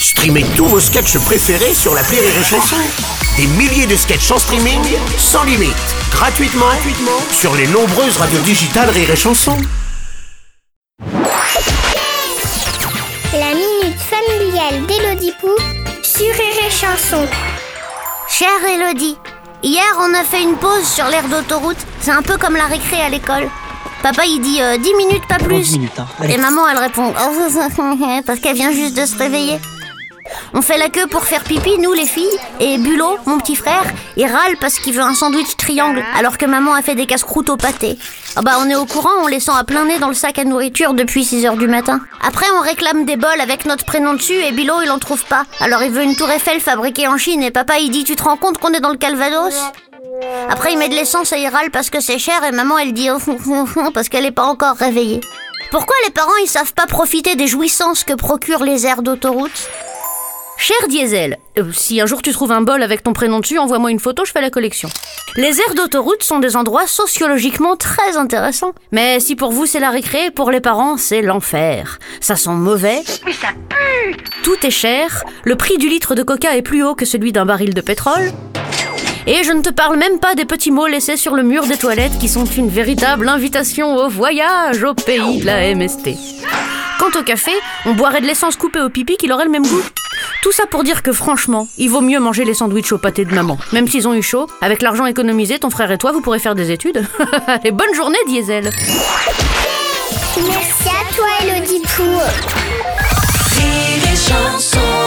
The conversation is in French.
Streamez tous vos sketchs préférés sur l'appli Rire et Chanson. Des milliers de sketchs en streaming, sans limite, gratuitement sur les nombreuses radios digitales Rire et Chanson. La minute familiale d'Élodie Pou sur Rire et Chanson. Chère Élodie, hier on a fait une pause sur l'aire d'autoroute. C'est un peu comme la récré à l'école. Papa il dit 10 minutes, pas plus. 10 minutes, hein. Et maman elle répond parce qu'elle vient juste de se réveiller. On fait la queue pour faire pipi, nous les filles. Et Bulot, mon petit frère, il râle parce qu'il veut un sandwich triangle, alors que maman a fait des casse-croûtes au pâté. Ah bah on est au courant, on les sent à plein nez dans le sac à nourriture depuis 6h du matin. Après on réclame des bols avec notre prénom dessus et Bulot il en trouve pas. Alors il veut une tour Eiffel fabriquée en Chine et papa il dit tu te rends compte qu'on est dans le Calvados ? Après il met de l'essence et il râle parce que c'est cher et maman elle dit parce qu'elle est pas encore réveillée. Pourquoi les parents ils savent pas profiter des jouissances que procurent les aires d'autoroute ? Cher Diesel, si un jour tu trouves un bol avec ton prénom dessus, envoie-moi une photo, je fais la collection. Les aires d'autoroute sont des endroits sociologiquement très intéressants. Mais si pour vous c'est la récré, pour les parents c'est l'enfer. Ça sent mauvais. Mais ça pue! Tout est cher, le prix du litre de coca est plus haut que celui d'un baril de pétrole. Et je ne te parle même pas des petits mots laissés sur le mur des toilettes qui sont une véritable invitation au voyage au pays de la MST. Quant au café, on boirait de l'essence coupée au pipi qu'il aurait le même goût. Tout ça pour dire que franchement, il vaut mieux manger les sandwichs au pâté de maman. Même s'ils ont eu chaud, avec l'argent économisé, ton frère et toi, vous pourrez faire des études. Et bonne journée, Diesel. Merci à toi, Élodie Pou. Rire et Chanson.